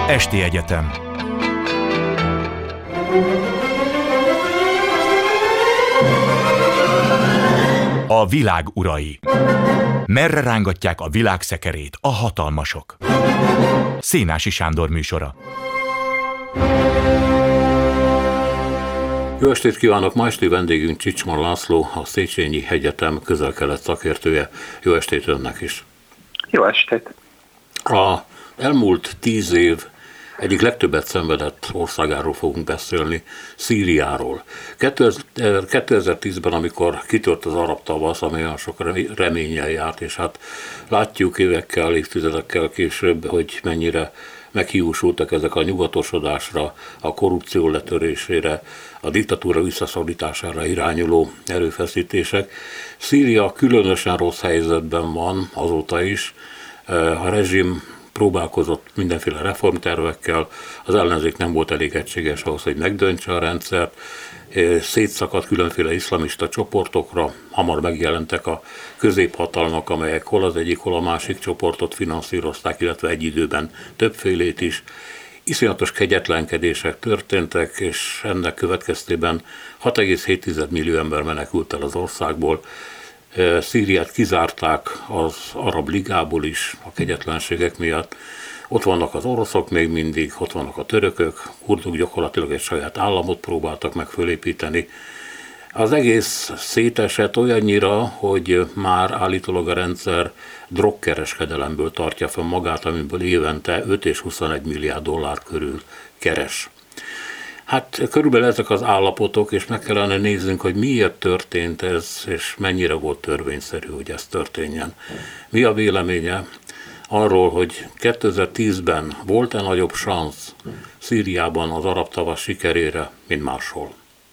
Esti Egyetem. A világ urai. Merre rángatják a világ szekerét a hatalmasok? Szénási Sándor műsora. Jó estét kívánok! Ma esti vendégünk Csicsman László, a Széchenyi Egyetem közel-kelet szakértője. Jó estét önnek is! Jó estét! A elmúlt 10 év egyik legtöbbet szenvedett országáról fogunk beszélni, Szíriáról. 2010-ben, amikor kitört az arab tavasz, ami olyan sok reménnyel járt, és hát látjuk évekkel, évtizedekkel később, hogy mennyire meghiúsultak ezek a nyugatosodásra, a korrupció letörésére, a diktatúra visszaszorítására irányuló erőfeszítések. Szíria különösen rossz helyzetben van azóta is. A rezsim próbálkozott mindenféle reformtervekkel, az ellenzék nem volt elég egységes ahhoz, hogy megdöntse a rendszert, szétszakadt különféle iszlamista csoportokra, hamar megjelentek a középhatalmak, amelyek hol az egyik, hol a másik csoportot finanszírozták, illetve egy időben többfélét is. Iszonyatos kegyetlenkedések történtek, és ennek következtében 6,7 millió ember menekült el az országból. Szíriát kizárták az Arab Ligából is a kegyetlenségek miatt. Ott vannak az oroszok még mindig, ott vannak a törökök, kurdok gyakorlatilag egy saját államot próbáltak meg fölépíteni. Az egész szétesett olyannyira, hogy már állítólag a rendszer drogkereskedelemből tartja fel magát, amiből évente 5 és 21 milliárd dollár körül keres. Hát körülbelül ezek az állapotok, és meg kellene néznünk, hogy miért történt ez, és mennyire volt törvényszerű, hogy ez történjen. Mi a véleménye arról, hogy 2010-ben volt-e nagyobb szansz Szíriában az arab tavasz sikerére, mint máshol?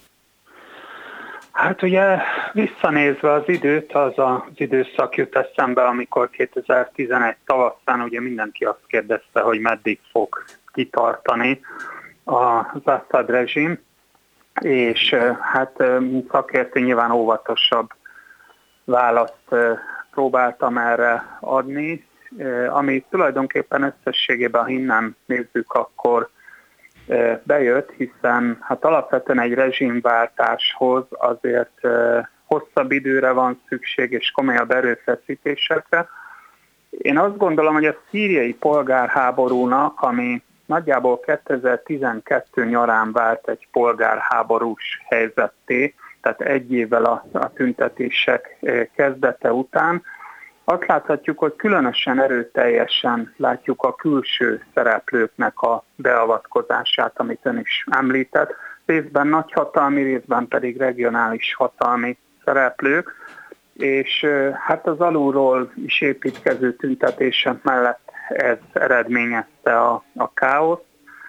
Hát ugye visszanézve az időt, az az időszak jut eszembe, amikor 2011 tavaszán ugye mindenki azt kérdezte, hogy meddig fog kitartani az Assad rezsim, és hát szakértő nyilván óvatosabb választ próbáltam erre adni, ami tulajdonképpen összességében, ha innen nézzük, akkor bejött, hiszen hát alapvetően egy rezsimváltáshoz azért hosszabb időre van szükség, és komolyabb erőfeszítésekre. Én azt gondolom, hogy a szíriai polgárháborúnak, ami nagyjából 2012 nyarán vált egy polgárháborús helyzetté, tehát egy évvel a tüntetések kezdete után, azt láthatjuk, hogy különösen erőteljesen látjuk a külső szereplőknek a beavatkozását, amit ön is említett, részben nagyhatalmi, részben pedig regionális hatalmi szereplők, és hát az alulról is építkező tüntetések mellett ez eredményezte a káoszt.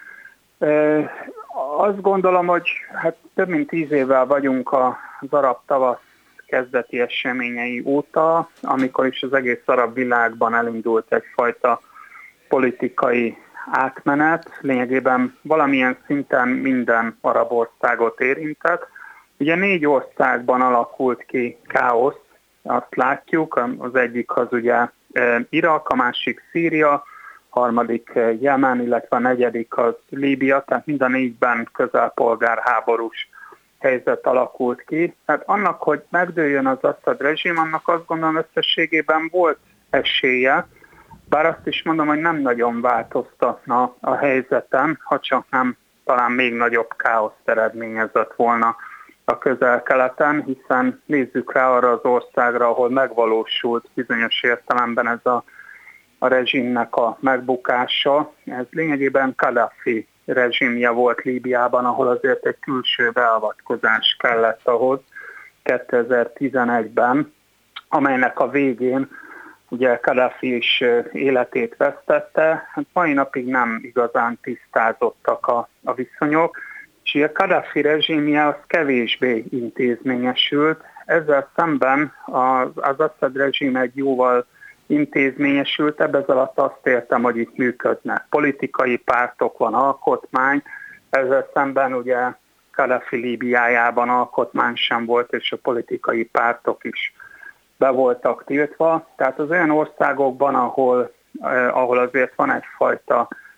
Azt gondolom, hogy hát több mint 10 évvel vagyunk az arab tavasz kezdeti eseményei óta, amikor is az egész arab világban elindult egyfajta politikai átmenet, lényegében valamilyen szinten minden arab országot érintett. Ugye 4 országban alakult ki káosz, azt látjuk, az egyik az ugye Irak, a másik Szíria, harmadik Jemen, illetve a negyedik az Líbia, tehát mind a 4-ben közelpolgárháborús helyzet alakult ki. Tehát annak, hogy megdőljön az Assad rezsim, annak azt gondolom összességében volt esélye, bár azt is mondom, hogy nem nagyon változtatna a helyzeten, ha csak nem talán még nagyobb káoszt eredményezett volna a közel-keleten, hiszen nézzük rá arra az országra, ahol megvalósult bizonyos értelemben ez a rezsimnek a megbukása. Ez lényegében Kadhafi rezsimje volt Líbiában, ahol azért egy külső beavatkozás kellett ahhoz 2011-ben, amelynek a végén ugye Kadhafi is életét vesztette. Hát mai napig nem igazán tisztázottak a viszonyok, és a Kadhafi rezsimje az kevésbé intézményesült. Ezzel szemben az Assad rezsim egy jóval intézményesültebb, ez alatt azt értem, hogy itt működnek politikai pártok, van alkotmány, ezzel szemben ugye Kadhafi Líbiájában alkotmány sem volt, és a politikai pártok is be voltak tiltva. Tehát az olyan országokban, ahol azért van egyfajta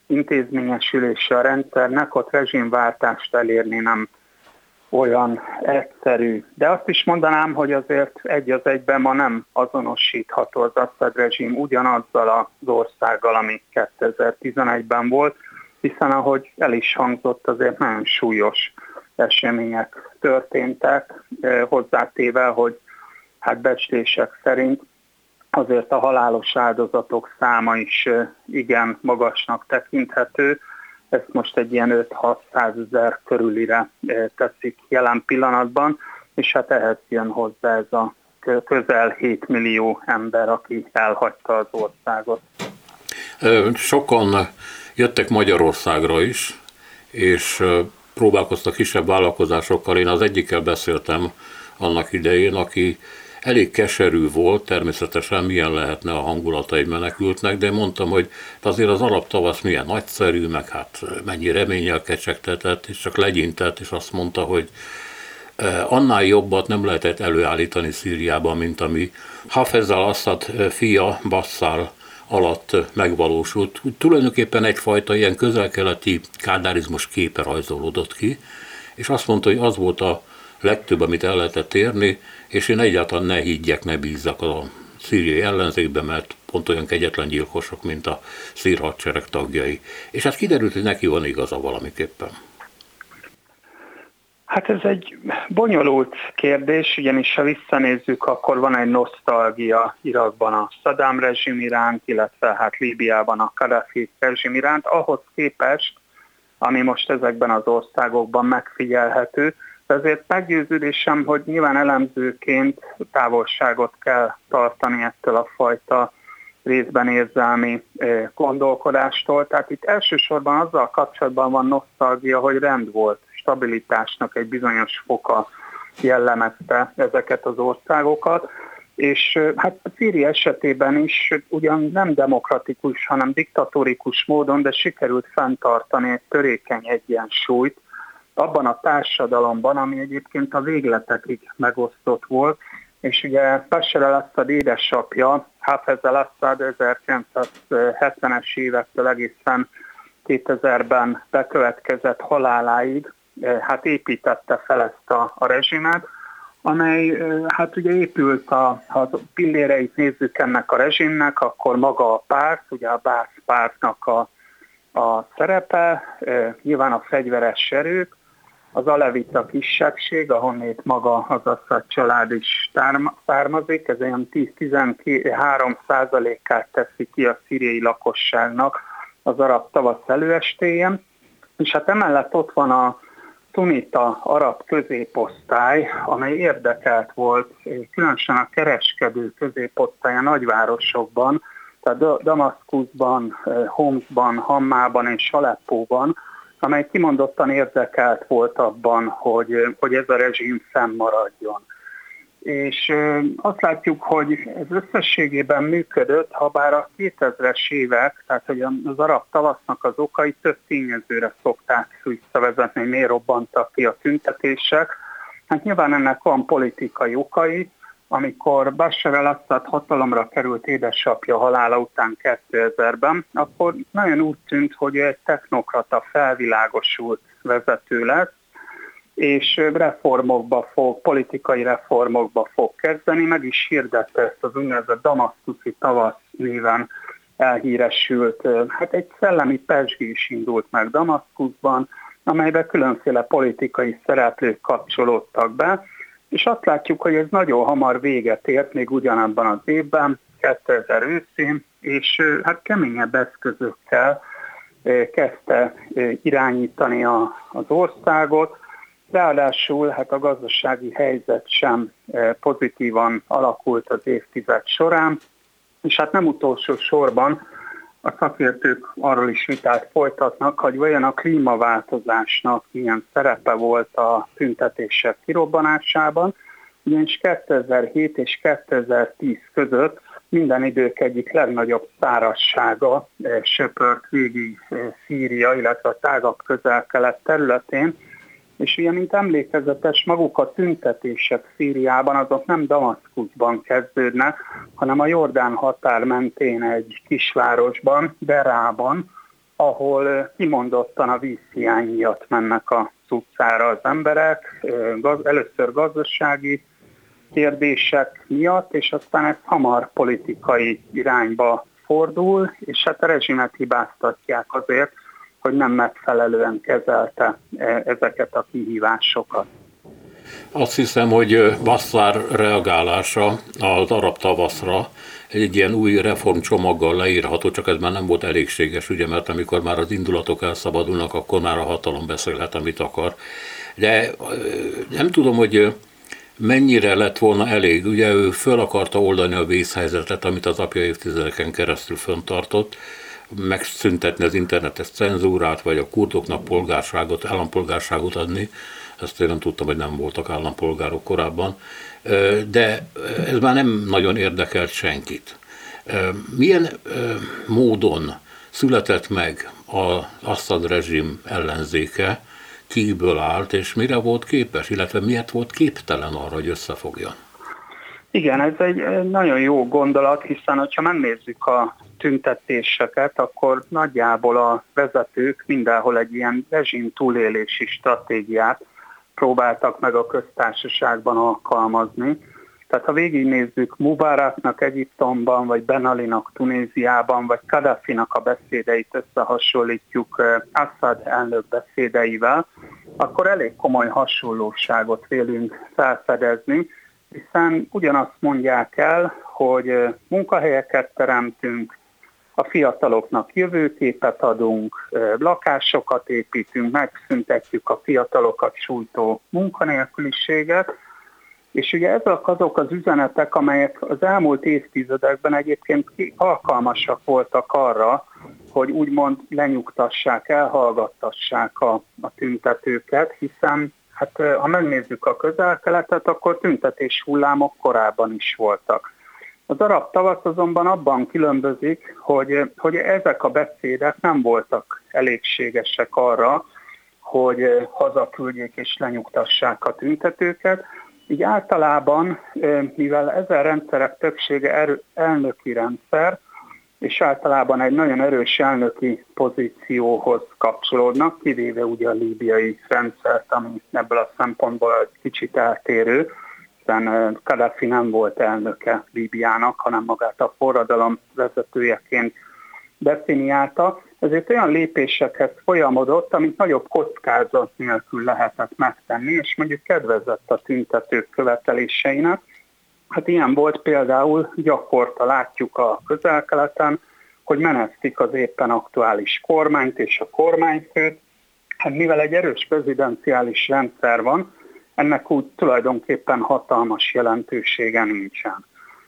intézményesülése a rendszernek, ott rezsimváltást elérni nem olyan egyszerű. De azt is mondanám, hogy azért egy az egyben ma nem azonosítható az Assad rezsim ugyanazzal az országgal, ami 2011-ben volt, hiszen ahogy el is hangzott, azért nagyon súlyos események történtek, hozzátéve, hogy hát becslések szerint azért a halálos áldozatok száma is igen magasnak tekinthető. Ezt most egy ilyen 5-600 ezer körülire teszik jelen pillanatban, és hát ehhez jön hozzá ez a közel 7 millió ember, aki elhagyta az országot. Sokan jöttek Magyarországra is, és próbálkoztak kisebb vállalkozásokkal. Én az egyikkel beszéltem annak idején, aki elég keserű volt, természetesen milyen lehetne a hangulata egy menekültnek, de mondtam, hogy azért az arab tavasz milyen nagyszerű, meg hát mennyi reménnyel kecsegtetett, és csak legyintett, és azt mondta, hogy annál jobbat nem lehetett előállítani Szíriában, mint ami Hafez al-Assad fia Basszár alatt megvalósult. Tulajdonképpen egyfajta ilyen közel-keleti kádárizmus képe rajzolódott ki, és azt mondta, hogy az volt a legtöbb, amit el lehetett érni, és én egyáltalán ne higgyek, ne bízzak a szíriai ellenzékbe, mert pont olyan kegyetlen gyilkosok, mint a szír hadsereg tagjai. És hát kiderült, hogy neki van igaza valamiképpen. Hát ez egy bonyolult kérdés, ugyanis ha visszanézzük, akkor van egy nosztalgia Irakban a Szaddám rezsim iránt, illetve hát Líbiában a Kadhafi rezsim iránt, ahhoz képest, ami most ezekben az országokban megfigyelhető. Ezért meggyőződésem, hogy nyilván elemzőként távolságot kell tartani ettől a fajta részben érzelmi gondolkodástól. Tehát itt elsősorban azzal kapcsolatban van nosztalgia, hogy rend volt, stabilitásnak egy bizonyos foka jellemezte ezeket az országokat, és hát a Szíria esetében is ugyan nem demokratikus, hanem diktatórikus módon, de sikerült fenntartani egy törékeny egyensúlyt abban a társadalomban, ami egyébként a végletekig megosztott volt, és ugye Bashar al-Assad édesapja, Hafez al-Assad 1970-es évektől egészen 2000-ben bekövetkezett haláláig hát építette fel ezt a rezsimet, amely hát ugye épült, ha a pilléreit nézzük ennek a rezsimnek, akkor maga a párt, ugye a Bász pártnak a szerepe, nyilván a fegyveres erők, az alevita kisebbség, ahonnét maga az Assad család is származik, ez olyan 10-13%-át teszi ki a szíriai lakosságnak az arab tavasz előestéjén, és hát emellett ott van a szunita arab középosztály, amely érdekelt volt, különösen a kereskedő középosztály a nagyvárosokban, tehát Damaszkuszban, Homszban, Hammában és Aleppóban, amely kimondottan érdekelt volt abban, hogy ez a rezsim fennmaradjon. És azt látjuk, hogy ez összességében működött, ha bár a 2000-es évek, tehát hogy az arab tavasznak az okai több tényezőre szokták visszavezetni, hogy miért robbantak ki a tüntetések. Hát nyilván ennek van politikai okai. Amikor Bashar al-Assad hatalomra került édesapja halála után 2000-ben, akkor nagyon úgy tűnt, hogy egy technokrata felvilágosult vezető lesz, és politikai reformokba fog kezdeni, meg is hirdette ezt az úgynevezett damaszkuszi tavasz néven elhíresült, hát egy szellemi pezsgés indult meg Damaszkuszban, amelybe különféle politikai szereplők kapcsolódtak be, és azt látjuk, hogy ez nagyon hamar véget ért, még ugyanabban az évben, 2000 őszén, és hát keményebb eszközökkel kezdte irányítani az országot. Ráadásul hát a gazdasági helyzet sem pozitívan alakult az évtized során, és hát nem utolsó sorban a szakértők arról is vitát folytatnak, hogy vajon a klímaváltozásnak milyen szerepe volt a tüntetések kirobbanásában, ugyanis 2007 és 2010 között minden idők egyik legnagyobb szárazsága söpört végig Szíria, illetve a tágabb közel-kelet területén, és ugye, mint emlékezetes, maguk a tüntetések Szíriában azok nem Damaszkuszban kezdődnek, hanem a Jordán határ mentén egy kisvárosban, Derában, ahol kimondottan a vízhiány miatt mennek az utcára az emberek, először gazdasági kérdések miatt, és aztán ez hamar politikai irányba fordul, és hát a rezsimet hibáztatják azért, hogy nem megfelelően kezelte ezeket a kihívásokat. Azt hiszem, hogy Bashar reagálása az arab tavaszra egy ilyen új reformcsomaggal leírható, csak ez már nem volt elégséges, ugye, mert amikor már az indulatok elszabadulnak, akkor már a hatalom beszélhet, amit akar. De nem tudom, hogy mennyire lett volna elég. Ugye ő föl akarta oldani a vészhelyzetet, amit az apja évtizedeken keresztül fenntartott, megszüntetni az internetes cenzúrát, vagy a kurdoknak állampolgárságot adni. Ezt én nem tudtam, hogy nem voltak állampolgárok korábban. De ez már nem nagyon érdekelt senkit. Milyen módon született meg az Assad rezsim ellenzéke, kikből állt, és mire volt képes, illetve miért volt képtelen arra, hogy összefogjon? Igen, ez egy nagyon jó gondolat, hiszen ha megnézzük a tüntetéseket, akkor nagyjából a vezetők mindenhol egy ilyen rezsim túlélési stratégiát próbáltak meg a köztársaságban alkalmazni. Tehát ha végignézzük Mubaraknak Egyiptomban, vagy Ben Alinak Tunéziában, vagy Kadhafinak a beszédeit összehasonlítjuk Assad elnök beszédeivel, akkor elég komoly hasonlóságot vélünk felfedezni, hiszen ugyanazt mondják el, hogy munkahelyeket teremtünk, a fiataloknak jövőképet adunk, lakásokat építünk, megszüntetjük a fiatalokat sújtó munkanélküliséget, és ugye ezek azok az üzenetek, amelyek az elmúlt évtizedekben egyébként alkalmasak voltak arra, hogy úgymond lenyugtassák, elhallgattassák a tüntetőket, hiszen hát, ha megnézzük a Közel-Keletet, akkor tüntetés hullámok korábban is voltak. Az arab tavasz azonban abban különbözik, hogy ezek a beszédek nem voltak elégségesek arra, hogy hazaküldjék és lenyugtassák a tüntetőket. Így általában, mivel ezen rendszerek többsége elnöki rendszer, és általában egy nagyon erős elnöki pozícióhoz kapcsolódnak, kivéve ugye a líbiai rendszert, ami ebből a szempontból egy kicsit eltérő, hiszen Kadhafi nem volt elnöke Líbiának, hanem magát a forradalom vezetőjeként definiálta, ezért olyan lépésekhez folyamodott, amit nagyobb kockázat nélkül lehetett megtenni, és mondjuk kedvezett a tüntetők követeléseinek. Hát ilyen volt például, gyakorta látjuk a Közel-Keleten, hogy menesztik az éppen aktuális kormányt és a kormányfőt. Hát mivel egy erős prezidenciális rendszer van, ennek úgy tulajdonképpen hatalmas jelentősége nincsen.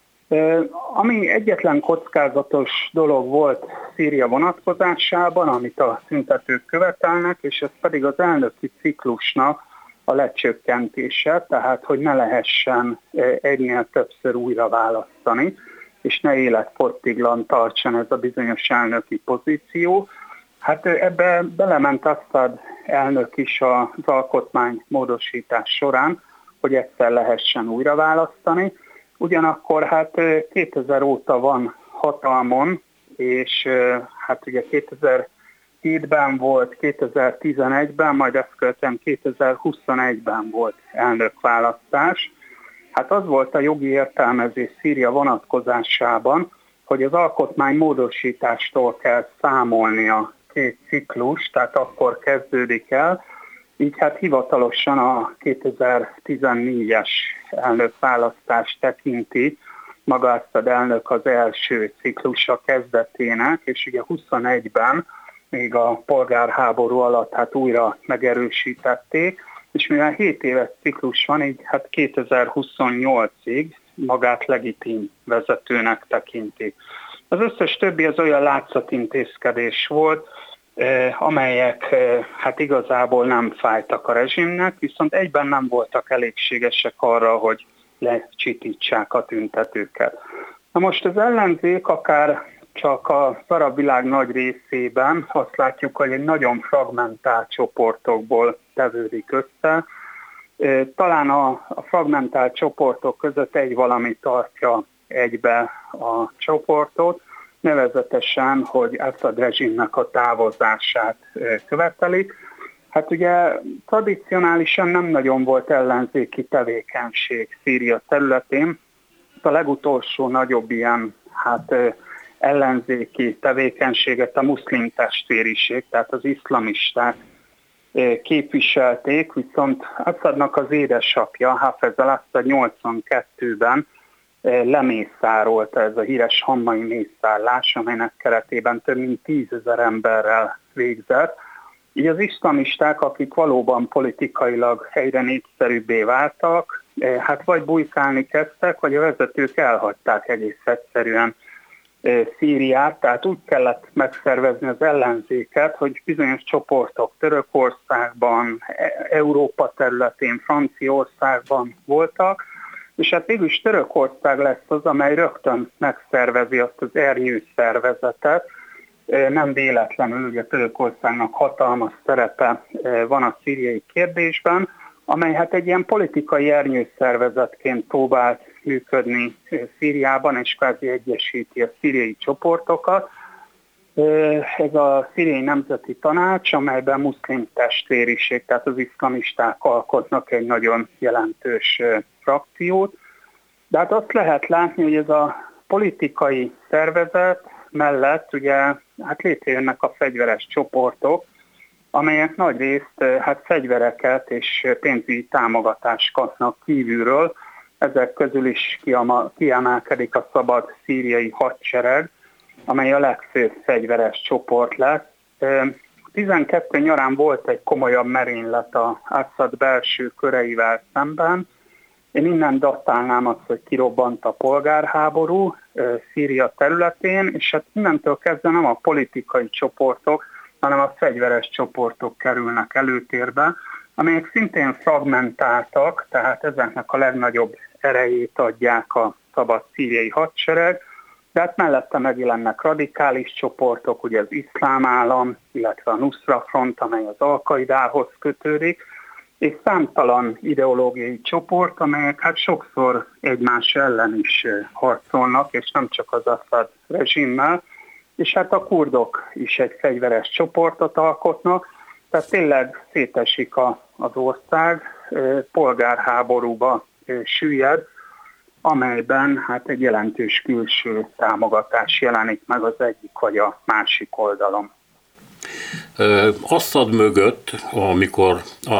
Ami egyetlen kockázatos dolog volt Szíria vonatkozásában, amit a tüntetők követelnek, és ez pedig az elnöki ciklusnak a lecsökkentése, tehát hogy ne lehessen egynél többször újra választani, és ne életfogytiglan tartson ez a bizonyos elnöki pozíció. Hát ebbe belement Assad elnök is az alkotmánymódosítás során, hogy egyszer lehessen újra választani. Ugyanakkor hát 2000 óta van hatalmon, és hát ugye 2007-ben volt, 2011-ben, majd ezt követően 2021-ben volt elnökválasztás. Hát az volt a jogi értelmezés Szíria vonatkozásában, hogy az alkotmánymódosítástól kell számolni a két ciklus, tehát akkor kezdődik el. Így hát hivatalosan a 2014-es elnökválasztást tekinti maga Assad elnök az első ciklusa kezdetének, és ugye 21-ben még a polgárháború alatt hát újra megerősítették, és mivel 7 éves ciklus van, így hát 2028-ig magát legitim vezetőnek tekintik. Az összes többi az olyan látszatintézkedés volt, amelyek hát igazából nem fájtak a rezsimnek, viszont egyben nem voltak elégségesek arra, hogy lecsitítsák a tüntetőket. Na most az ellenzék akár csak a arab világ nagy részében azt látjuk, hogy egy nagyon fragmentált csoportokból tevődik össze. Talán a fragmentált csoportok között egy valami tartja egybe a csoportot, nevezetesen, hogy Assad rezsimnek a távozását követelik. Hát ugye tradicionálisan nem nagyon volt ellenzéki tevékenység Szíria területén. A legutolsó nagyobb ilyen ellenzéki tevékenységet a muszlim testvériség, tehát az iszlamisták képviselték, viszont Assadnak az édesapja, Hafez al-Assad 82-ben lemészárolta, ez a híres hammai mészárlás, amelynek keretében több mint 10 000 emberrel végzett. Így az iszlamisták, akik valóban politikailag egyre népszerűbbé váltak, hát vagy bujkálni kezdtek, vagy a vezetők elhagyták egész egyszerűen Szíriát, tehát úgy kellett megszervezni az ellenzéket, hogy bizonyos csoportok Törökországban, Európa területén, Franciaországban voltak, és hát végülis Törökország lesz az, amely rögtön megszervezi azt az ernyőszervezetet. Nem véletlenül, ugye Törökországnak hatalmas szerepe van a szíriai kérdésben, amely hát egy ilyen politikai ernyőszervezetként próbált működni Szíriában, és kvázi egyesíti a szíriai csoportokat. Ez a Szíriai Nemzeti Tanács, amelyben muszlim testvériség, tehát az iszlamisták alkotnak egy nagyon jelentős frakciót. De hát azt lehet látni, hogy ez a politikai szervezet mellett ugye hát létrejönnek a fegyveres csoportok, amelyek nagyrészt fegyvereket és pénzügyi támogatást kapnak kívülről. Ezek közül is kiemelkedik a Szabad Szíriai Hadsereg, amely a legfőbb fegyveres csoport lesz. 12 nyarán volt egy komolyabb merénylet az Assad belső köreivel szemben. Én innen datálnám azt, hogy kirobbant a polgárháború Szíria területén, és hát innentől kezdve nem a politikai csoportok, hanem a fegyveres csoportok kerülnek előtérbe, amelyek szintén fragmentáltak, tehát ezeknek a legnagyobb erejét adják a Szabad Szíriai Hadsereg, de hát mellette megjelennek radikális csoportok, ugye az Iszlám Állam, illetve a Nusra Front, amely az Al-Qaidához kötődik, és számtalan ideológiai csoport, amelyek hát sokszor egymás ellen is harcolnak, és nem csak az Assad rezsimmel, és hát a kurdok is egy fegyveres csoportot alkotnak, tehát tényleg szétesik az ország, polgárháborúba süllyed, amelyben hát egy jelentős külső támogatás jelenik meg az egyik vagy a másik oldalon. Assad mögött, amikor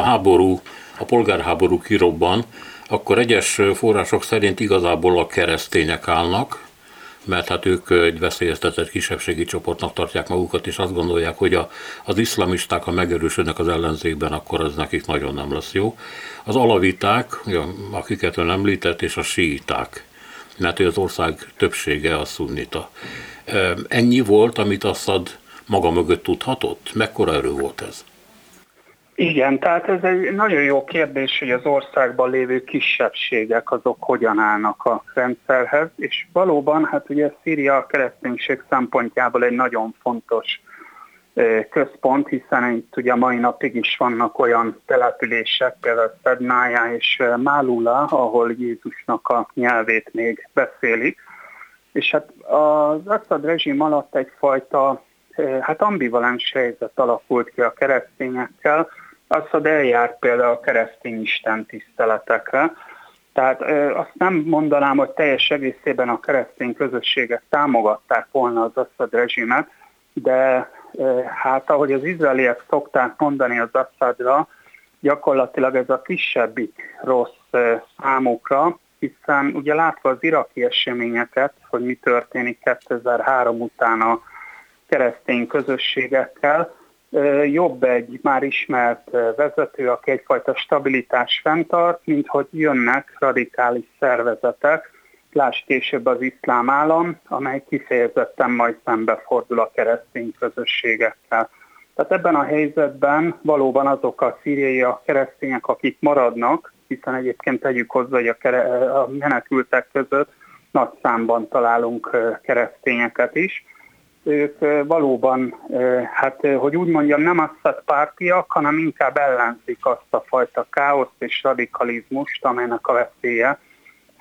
a polgárháború kirobban, akkor egyes források szerint igazából a keresztények állnak, mert hát ők egy veszélyeztetett kisebbségi csoportnak tartják magukat, és azt gondolják, hogy az iszlamisták, ha megerősödnek az ellenzékben, akkor ez nekik nagyon nem lesz jó. Az alaviták, akiket ön említett, és a síiták, mert az ország többsége a szunnita. Ennyi volt, amit Assad maga mögött tudhatott? Mekkora erő volt ez? Igen, tehát ez egy nagyon jó kérdés, hogy az országban lévő kisebbségek azok hogyan állnak a rendszerhez, és valóban hát ugye Szíria a kereszténység szempontjából egy nagyon fontos központ, hiszen itt ugye mai napig is vannak olyan települések, például Szednája és Málula, ahol Jézusnak a nyelvét még beszélik, és hát az Assad rezsim alatt egyfajta ambivalens helyzet alakult ki a keresztényekkel. Assad eljárt például a keresztény istentiszteletekre, tehát azt nem mondanám, hogy teljes egészében a keresztény közösségek támogatták volna az Assad rezsimet, de hát ahogy az izraeliek szokták mondani az Assadra, gyakorlatilag ez a kisebbik rossz számukra, hiszen ugye látva az iraki eseményeket, hogy mi történik 2003 után a keresztény közösségekkel, jobb egy már ismert vezető, aki egyfajta stabilitás fenntart, mint hogy jönnek radikális szervezetek, lásd később az Iszlám Állam, amely kifejezetten majd szembefordul a keresztény közösségekkel. Tehát ebben a helyzetben valóban azok a szíriai keresztények, akik maradnak, hiszen egyébként tegyük hozzá, hogy a menekültek között nagy számban találunk keresztényeket is, ők valóban, hogy úgy mondjam, nem Assad pártiak, hanem inkább ellenzik azt a fajta káoszt és radikalizmust, amelynek a veszélye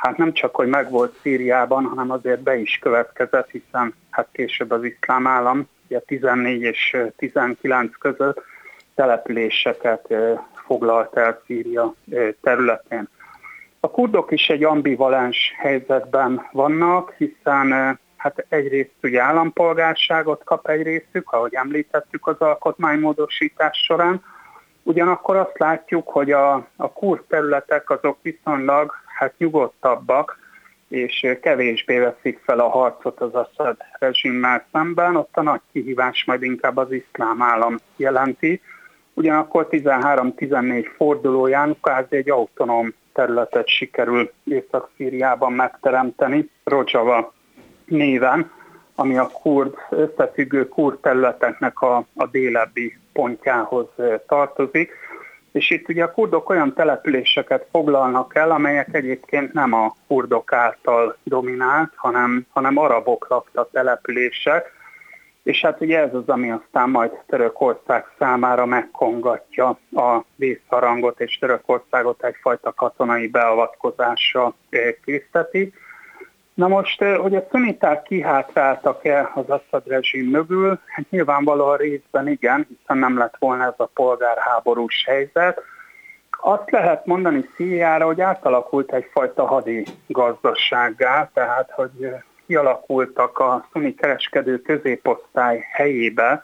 hát nem csak, hogy megvolt Szíriában, hanem azért be is következett, hiszen hát később az iszlám állam, ugye 14 és 19 között településeket foglalt el Szíria területén. A kurdok is egy ambivalens helyzetben vannak, hiszen hát egyrészt ugye állampolgárságot kap egy részük, ahogy említettük az alkotmánymódosítás során, ugyanakkor azt látjuk, hogy a kurd területek azok viszonylag hát nyugodtabbak, és kevésbé veszik fel a harcot az Assad rezsimmel szemben, ott a nagy kihívás majd inkább az iszlám állam jelenti. Ugyanakkor 13-14 fordulóján kvázi egy autonóm területet sikerül Észak-Szíriában megteremteni, Rojava néven, ami a összefüggő kurd területeknek a délebbi pontjához tartozik. És itt ugye a kurdok olyan településeket foglalnak el, amelyek egyébként nem a kurdok által dominált, hanem arabok lakta települések, és hát ugye ez az, ami aztán majd Törökország számára megkongatja a vészharangot, és Törökországot egyfajta katonai beavatkozásra készteti. Na most, hogy a szuniták kihátráltak-e az Assad rezsim mögül? Hát nyilvánvalóan részben igen, hiszen nem lett volna ez a polgárháborús helyzet. Azt lehet mondani Szíriára, hogy átalakult egyfajta hadi gazdasággá, tehát hogy kialakultak a szuni kereskedő középosztály helyébe,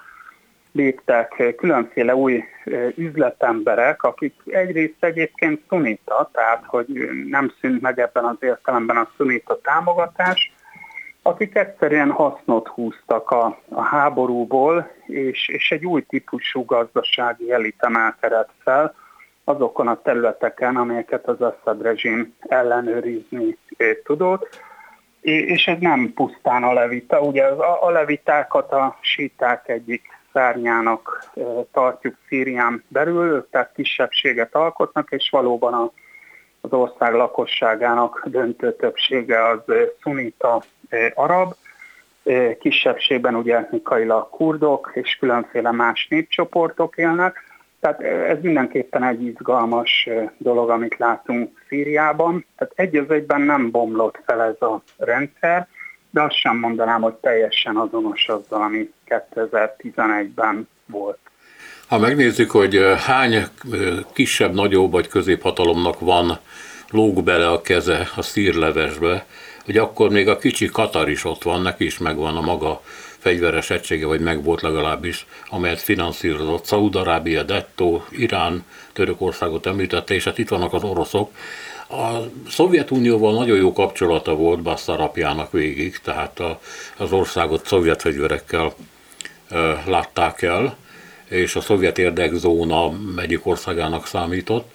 léptek különféle új üzletemberek, akik egyrészt egyébként szunita, tehát hogy nem szűnt meg ebben az értelemben a szunita támogatás, akik egyszerűen hasznot húztak a háborúból, és egy új típusú gazdasági elit emelkedett fel azokon a területeken, amelyeket az Assad rezsim ellenőrizni tudott. És ez nem pusztán a levita, ugye a levitákat a síták egyik szárnyának tartjuk Szírián belül, ők tehát kisebbséget alkotnak, és valóban az ország lakosságának döntő többsége az szunita arab, kisebbségben ugye etnikailag kurdok és különféle más népcsoportok élnek, tehát ez mindenképpen egy izgalmas dolog, amit látunk Szíriában. Tehát egy az egyben nem bomlott fel ez a rendszer, de azt sem mondanám, hogy teljesen azonos azzal, ami 2011-ben volt. Ha megnézzük, hogy hány kisebb, nagyobb vagy középhatalomnak lóg bele a keze a szírlevesbe, hogy akkor még a kicsi Katar is ott van, neki is megvan a maga fegyveres egysége, vagy meg volt legalábbis, amelyet finanszírozott. Szaúd-Arábia, Detto, Irán, Törökországot említette, és hát itt vannak az oroszok. A Szovjetunióval nagyon jó kapcsolata volt Basszarapjának végig, tehát az országot szovjet fegyverekkel látták el, és a szovjet érdekzóna egyik országának számított.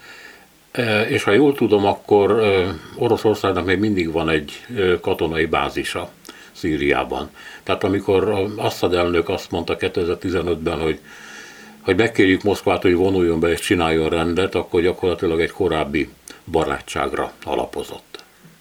És ha jól tudom, akkor Oroszországnak még mindig van egy katonai bázisa Szíriában. Tehát amikor Assad elnök azt mondta 2015-ben, hogy megkérjük Moszkvát, hogy vonuljon be és csináljon rendet, akkor gyakorlatilag egy korábbi barátságra alapozott.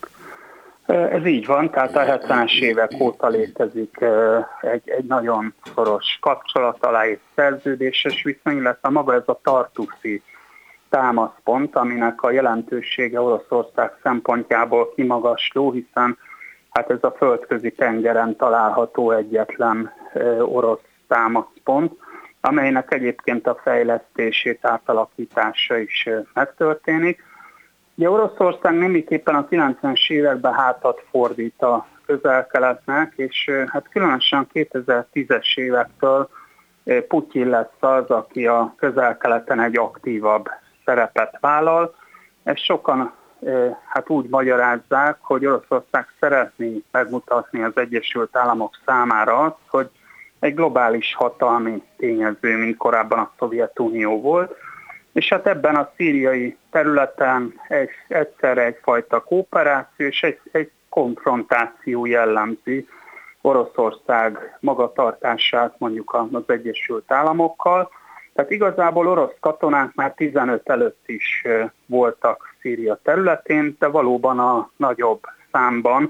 Ez így van, tehát a 70-es évek óta létezik egy nagyon szoros kapcsolat, aláírt szerződéses viszony, illetve maga ez a tartuszi támaszpont, aminek a jelentősége Oroszország szempontjából kimagasló, hiszen hát ez a földközi tengeren található egyetlen orosz támaszpont, amelynek egyébként a fejlesztését, átalakítása is megtörténik. Ugye Oroszország némiképpen a 90-es években hátat fordít a közel-keletnek, és hát különösen 2010-es évektől Putyin lesz az, aki a közel-keleten egy aktívabb szerepet vállal. Ezt sokan hát úgy magyarázzák, hogy Oroszország szeretné megmutatni az Egyesült Államok számára azt, hogy egy globális hatalmi tényező, mint korábban a Szovjetunió volt, és hát ebben a szíriai területen egyszerre egyfajta kooperáció és egy konfrontáció jellemzi Oroszország magatartását mondjuk az Egyesült Államokkal. Tehát igazából orosz katonák már 15 előtt is voltak Szíria területén, de valóban a nagyobb számban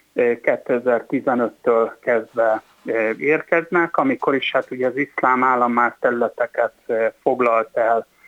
2015-től kezdve érkeznek, amikor is hát ugye az iszlám állam már területeket foglalt el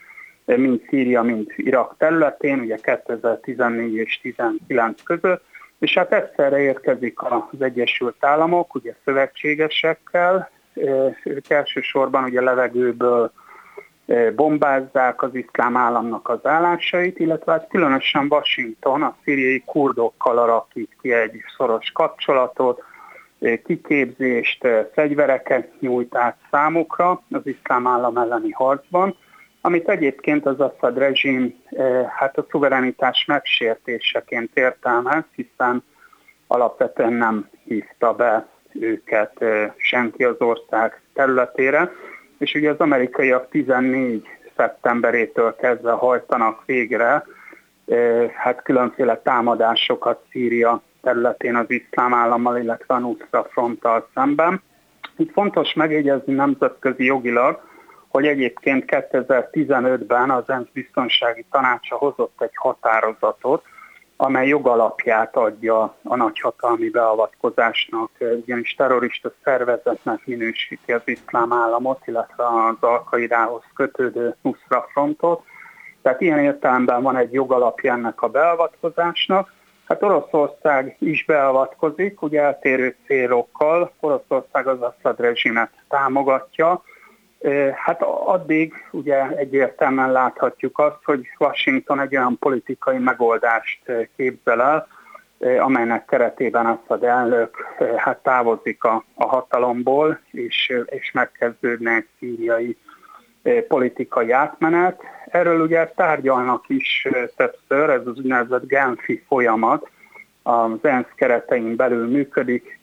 mind Szíria, mind Irak területén, ugye 2014 és 2019 között, és hát egyszerre érkezik az Egyesült Államok, ugye szövetségesekkel, ők elsősorban ugye levegőből bombázzák az iszlám államnak az állásait, illetve hát különösen Washington a szíriai kurdokkal alakít ki egy szoros kapcsolatot, kiképzést, fegyvereket nyújt át számukra az iszlám állam elleni harcban, amit egyébként az Assad rezsim hát a szuverenitás megsértéseként értelmez, hiszen alapvetően nem hívta be őket senki az ország területére, és ugye az amerikaiak 14 szeptemberétől kezdve hajtanak végre hát különféle támadásokat Szíria területén az iszlám állammal, illetve a Nusra Fronttal szemben. Itt fontos megjegyezni nemzetközi jogilag, hogy egyébként 2015-ben az ENSZ biztonsági tanácsa hozott egy határozatot, amely jogalapját adja a nagyhatalmi beavatkozásnak, ugyanis terrorista szervezetnek minősíti az iszlám államot, illetve az Al-Qaidához kötődő Nusra Frontot. Tehát ilyen értelemben van egy jogalapja ennek a beavatkozásnak. Hát Oroszország is beavatkozik, ugye eltérő célokkal. Oroszország az Assad rezsimet támogatja. Hát addig ugye egyértelműen láthatjuk azt, hogy Washington egy olyan politikai megoldást képzel el, amelynek keretében Assad elnök hát távozik a hatalomból, és megkezdődne egy szíriai politikai átmenet. Erről ugye tárgyalnak is többször, ez az úgynevezett Genfi folyamat, az ENSZ keretein belül működik,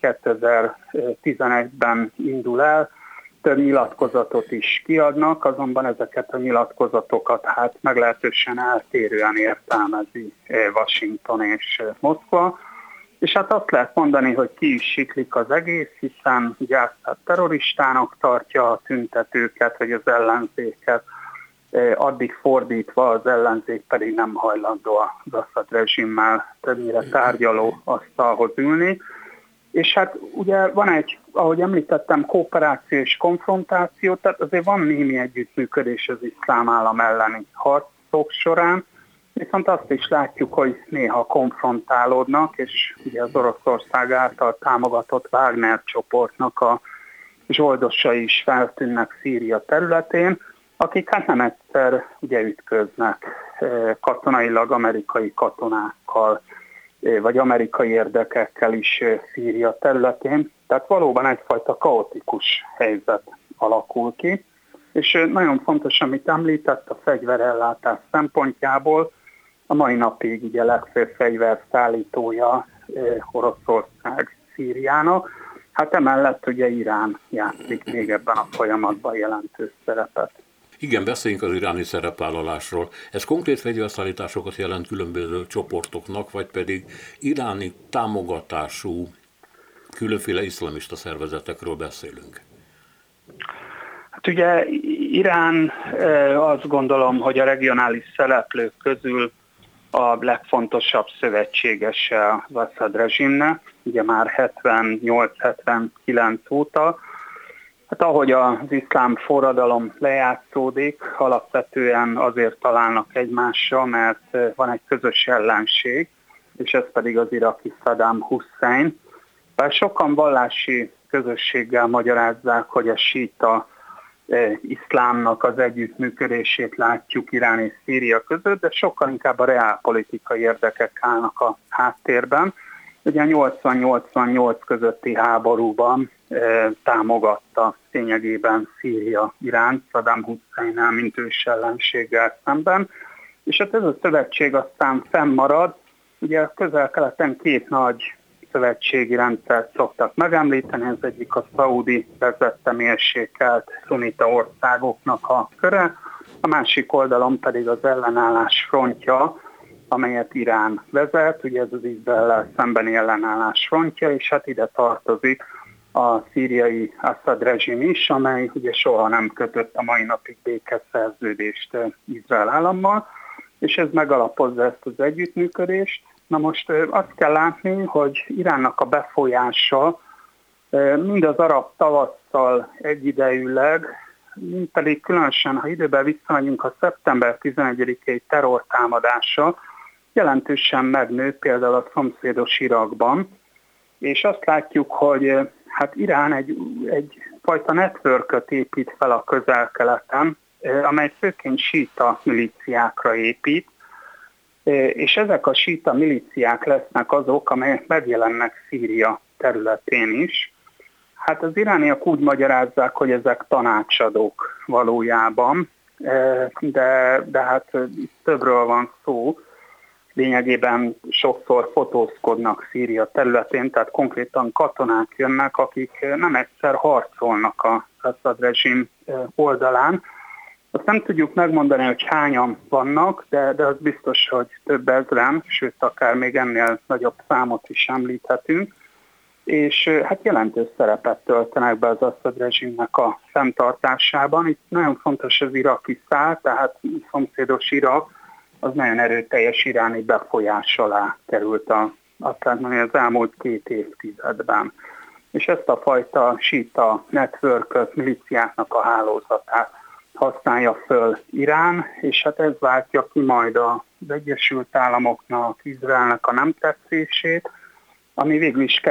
2011-ben indul el, több nyilatkozatot is kiadnak, azonban ezeket a nyilatkozatokat hát meglehetősen eltérően értelmezi Washington és Moszkva. És hát azt lehet mondani, hogy ki is siklik az egész, hiszen ugye Assad terroristának tartja a tüntetőket, vagy az ellenzéket, addig fordítva az ellenzék pedig nem hajlandó az Assad rezsimmel többnyire tárgyaló asztalhoz ülni. És hát ugye van egy, ahogy említettem, kooperáció és konfrontáció, tehát azért van némi együttműködés az iszlám állam elleni harcok során, viszont azt is látjuk, hogy néha konfrontálódnak, és ugye az Oroszország által támogatott Wagner csoportnak a zsoldosai is feltűnnek Szíria területén, akik hát nem egyszer ugye ütköznek katonailag amerikai katonákkal, vagy amerikai érdekekkel is Szíria területén. Tehát valóban egyfajta kaotikus helyzet alakul ki. És nagyon fontos, amit említett a fegyverellátás szempontjából, a mai napig ugye legfőbb fegyverszállítója Oroszország Szíriának. Hát emellett ugye Irán játszik még ebben a folyamatban jelentős szerepet. Igen, beszéljünk az iráni szerepvállalásról. Ez konkrét fegyverszállításokat jelent különböző csoportoknak, vagy pedig iráni támogatású különféle iszlamista szervezetekről beszélünk? Hát ugye Irán azt gondolom, hogy a regionális szereplők közül a legfontosabb szövetségese az Assad rezsimnek, ugye már 78-79 óta. Hát ahogy az iszlám forradalom lejátszódik, alapvetően azért találnak egymásra, mert van egy közös ellenség, és ez pedig az iraki Saddam Hussein. Bár sokan vallási közösséggel magyarázzák, hogy a síta iszlámnak az együttműködését látjuk Irán és Szíria között, de sokkal inkább a reálpolitikai érdekek állnak a háttérben. Ugye a 80-88 közötti háborúban támogatta lényegében Szíria Iránt, Saddam Husseinnel, mint ős ellenséggel szemben, és hát ez a szövetség aztán fennmarad. Ugye a Közel-Keleten két nagy szövetségi rendszert szoktak megemlíteni, ez egyik a szaudi vezette mérsékelt szunita országoknak a köre, a másik oldalon pedig az ellenállás frontja, amelyet Irán vezet, ugye ez az Izraellel szembeni ellenállás frontja, és hát ide tartozik a szíriai Assad rezsim is, amely ugye soha nem kötött a mai napig békeszerződést Izrael állammal, és ez megalapozza ezt az együttműködést. Na most azt kell látni, hogy Iránnak a befolyása mind az arab tavasszal egyidejűleg, mint pedig különösen, ha időben visszamegyünk, a szeptember 11-i terrortámadása jelentősen megnő például a szomszédos Irakban, és azt látjuk, hogy hát Irán egyfajta networköt épít fel a Közel-Keleten, amely főként síta milíciákra épít, és ezek a síta milíciák lesznek azok, amelyek megjelennek Szíria területén is. Hát az irániak úgy magyarázzák, hogy ezek tanácsadók valójában, de hát itt többről van szó. Lényegében sokszor fotózkodnak Szíria területén, tehát konkrétan katonák jönnek, akik nem egyszer harcolnak a Assad rezsim oldalán. Azt nem tudjuk megmondani, hogy hányan vannak, de az biztos, hogy több ezren, sőt akár még ennél nagyobb számot is említhetünk, és hát jelentős szerepet töltenek be az Assad rezsimnek a fenntartásában. Itt nagyon fontos az iraki szál, tehát szomszédos Irak, az nagyon erőteljes iráni befolyás alá került az elmúlt 2 évtizedben. És ezt a fajta síta network milíciáknak a hálózatát használja föl Irán, és hát ez váltja ki majd az Egyesült Államoknak, Izraelnek a nem tetszését, ami végül is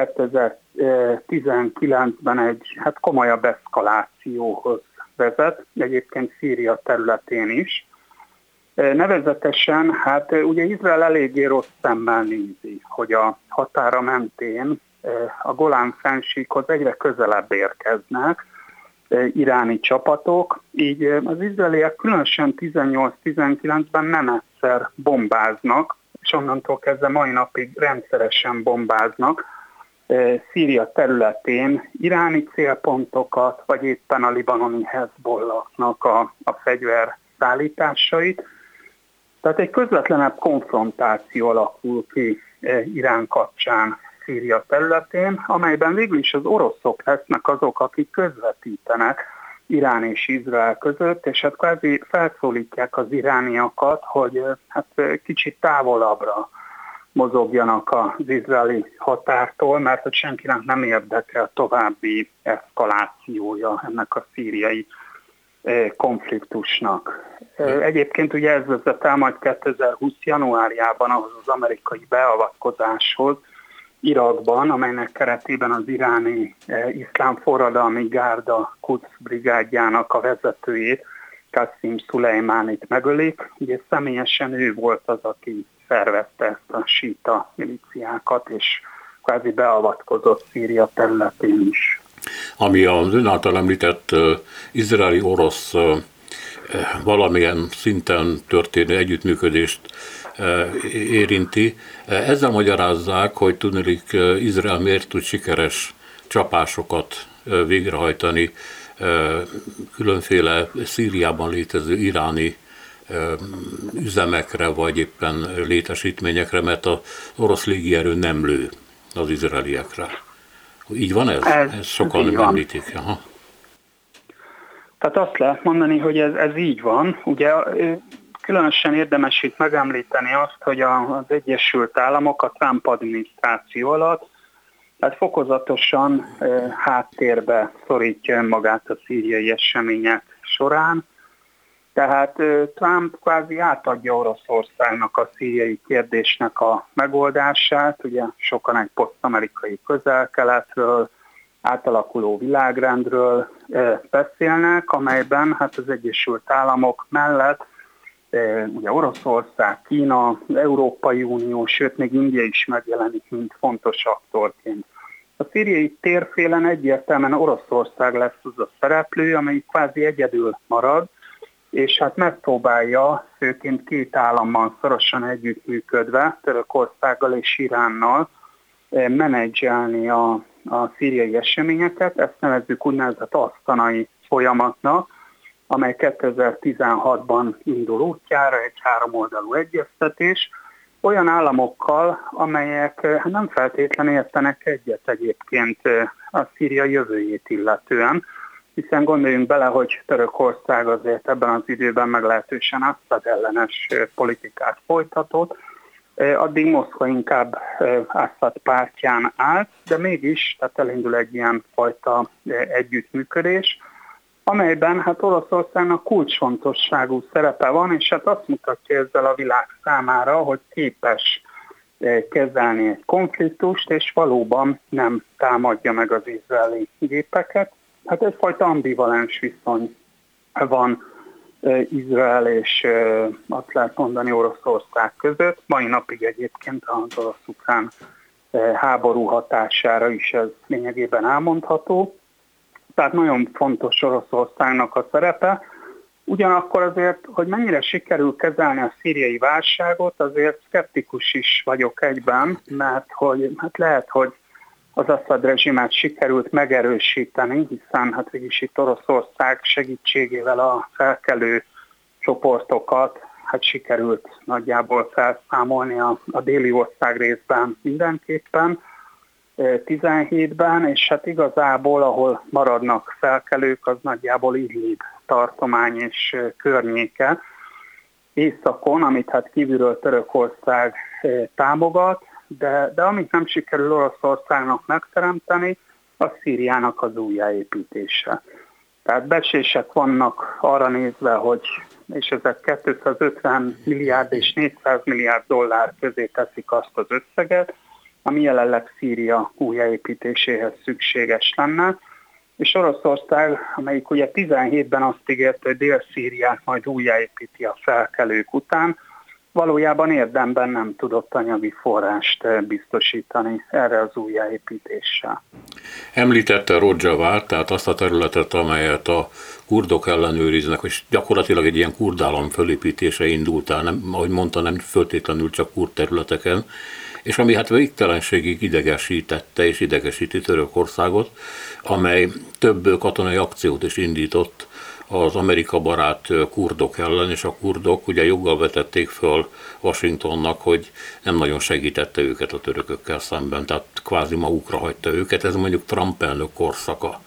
2019-ben egy komolyabb eszkalációhoz vezet, egyébként Szíria területén is. Nevezetesen, hát ugye Izrael eléggé rossz szemmel nézi, hogy a határa mentén a Golán-fennsíkhoz egyre közelebb érkeznek iráni csapatok, így az izraeliek különösen 18-19-ben nem egyszer bombáznak, és onnantól kezdve mai napig rendszeresen bombáznak Szíria területén iráni célpontokat, vagy éppen a libanoni Hezbollahnak a fegyverszállításait. Tehát egy közvetlenebb konfrontáció alakul ki Irán kapcsán Szíria területén, amelyben végül is az oroszok lesznek azok, akik közvetítenek Irán és Izrael között, és hát kvázi felszólítják az irániakat, hogy hát kicsit távolabbra mozogjanak az izraeli határtól, mert hogy senkinek nem érdekel további eszkalációja ennek a szíriai konfliktusnak. Egyébként ugye ez vezet el majd 2020. januárjában ahhoz az amerikai beavatkozáshoz Irakban, amelynek keretében az iráni iszlám forradalmi gárda Quds brigádjának a vezetőjét, Qassim Szulejmánit megölik. Ugye személyesen ő volt az, aki szervezte ezt a síta milíciákat, és kvázi beavatkozott Szíria területén is. Ami az ön által említett izraeli-orosz valamilyen szinten történő együttműködést érinti. Ezzel magyarázzák, hogy tudniillik Izrael miért tud sikeres csapásokat végrehajtani különféle Szíriában létező iráni üzemekre, vagy éppen létesítményekre, mert az orosz légierő nem lő az izraeliekre. Így van ez? Ezt sokan nem említik. Aha. Tehát azt lehet mondani, hogy ez így van. Ugye különösen érdemes itt megemlíteni azt, hogy az Egyesült Államok a Trump adminisztráció alatt tehát fokozatosan háttérbe szorítja önmagát a szíriai események során. Tehát Trump kvázi átadja Oroszországnak a szíriai kérdésnek a megoldását. Ugye sokan egy posztamerikai közel-keletről, átalakuló világrendről beszélnek, amelyben hát az Egyesült Államok mellett ugye Oroszország, Kína, az Európai Unió, sőt még India is megjelenik, mint fontos aktorként. A szíriai térfélen egyértelműen Oroszország lesz az a szereplő, amely kvázi egyedül marad, és hát megpróbálja főként 2 állammal szorosan együttműködve, Törökországgal és Iránnal menedzselni a szíriai eseményeket. Ezt nevezzük úgynevezett asztanai folyamatnak, amely 2016-ban indul útjára, egy 3-oldalú egyeztetés, olyan államokkal, amelyek nem feltétlenül értenek egyet egyébként a Szíria jövőjét illetően, hiszen gondoljunk bele, hogy Törökország azért ebben az időben meglehetősen Assad ellenes politikát folytatott, addig Moszkva inkább Assad pártján állt, de mégis tehát elindul egy ilyen fajta együttműködés, amelyben hát Oroszországnak kulcsfontosságú szerepe van, és hát azt mutatja ezzel a világ számára, hogy képes kezelni egy konfliktust, és valóban nem támadja meg az izraeli gépeket. Hát egyfajta ambivalens viszony van Izrael és azt lehet mondani Oroszország között. Mai napig egyébként az orosz-ukrán háború hatására is ez lényegében elmondható. Tehát nagyon fontos Oroszországnak a szerepe. Ugyanakkor azért, hogy mennyire sikerül kezelni a szíriai válságot, azért szkeptikus is vagyok egyben, mert hogy hát lehet, hogy az Assad rezsimet sikerült megerősíteni, hiszen hát végig itt Oroszország segítségével a felkelő csoportokat hát sikerült nagyjából felszámolni a déli ország részben mindenképpen 17-ben, és hát igazából, ahol maradnak felkelők, az nagyjából Idlib tartomány és környéke. Északon, amit hát kívülről Törökország támogat, de amit nem sikerül Oroszországnak megteremteni, az Szíriának az újjáépítése. Tehát becslések vannak arra nézve, hogy és ezek 250 milliárd és 400 milliárd dollár közé teszik azt az összeget, ami jelenleg Szíria újjáépítéséhez szükséges lenne. És Oroszország, amelyik ugye 17-ben azt ígért, hogy Dél-Szíriát majd újjáépíti a felkelők után, valójában érdemben nem tudott anyagi forrást biztosítani erre az újjáépítéssel. Említette Rojavát, tehát azt a területet, amelyet a kurdok ellenőriznek, és gyakorlatilag egy ilyen kurdállam fölépítése indult el, nem, ahogy mondta, nem föltétlenül csak kurd területeken, és ami hát végtelenségig idegesítette és idegesíti Törökországot, amely több katonai akciót is indított az Amerika barát kurdok ellen, és a kurdok ugye joggal vetették föl Washingtonnak, hogy nem nagyon segítette őket a törökökkel szemben, tehát kvázi magukra hagyta őket. Ez mondjuk Trump elnök korszaka,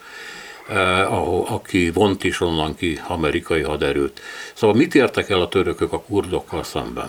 aki vont is onnan ki amerikai haderőt. Szóval mit értek el a törökök a kurdokkal szemben?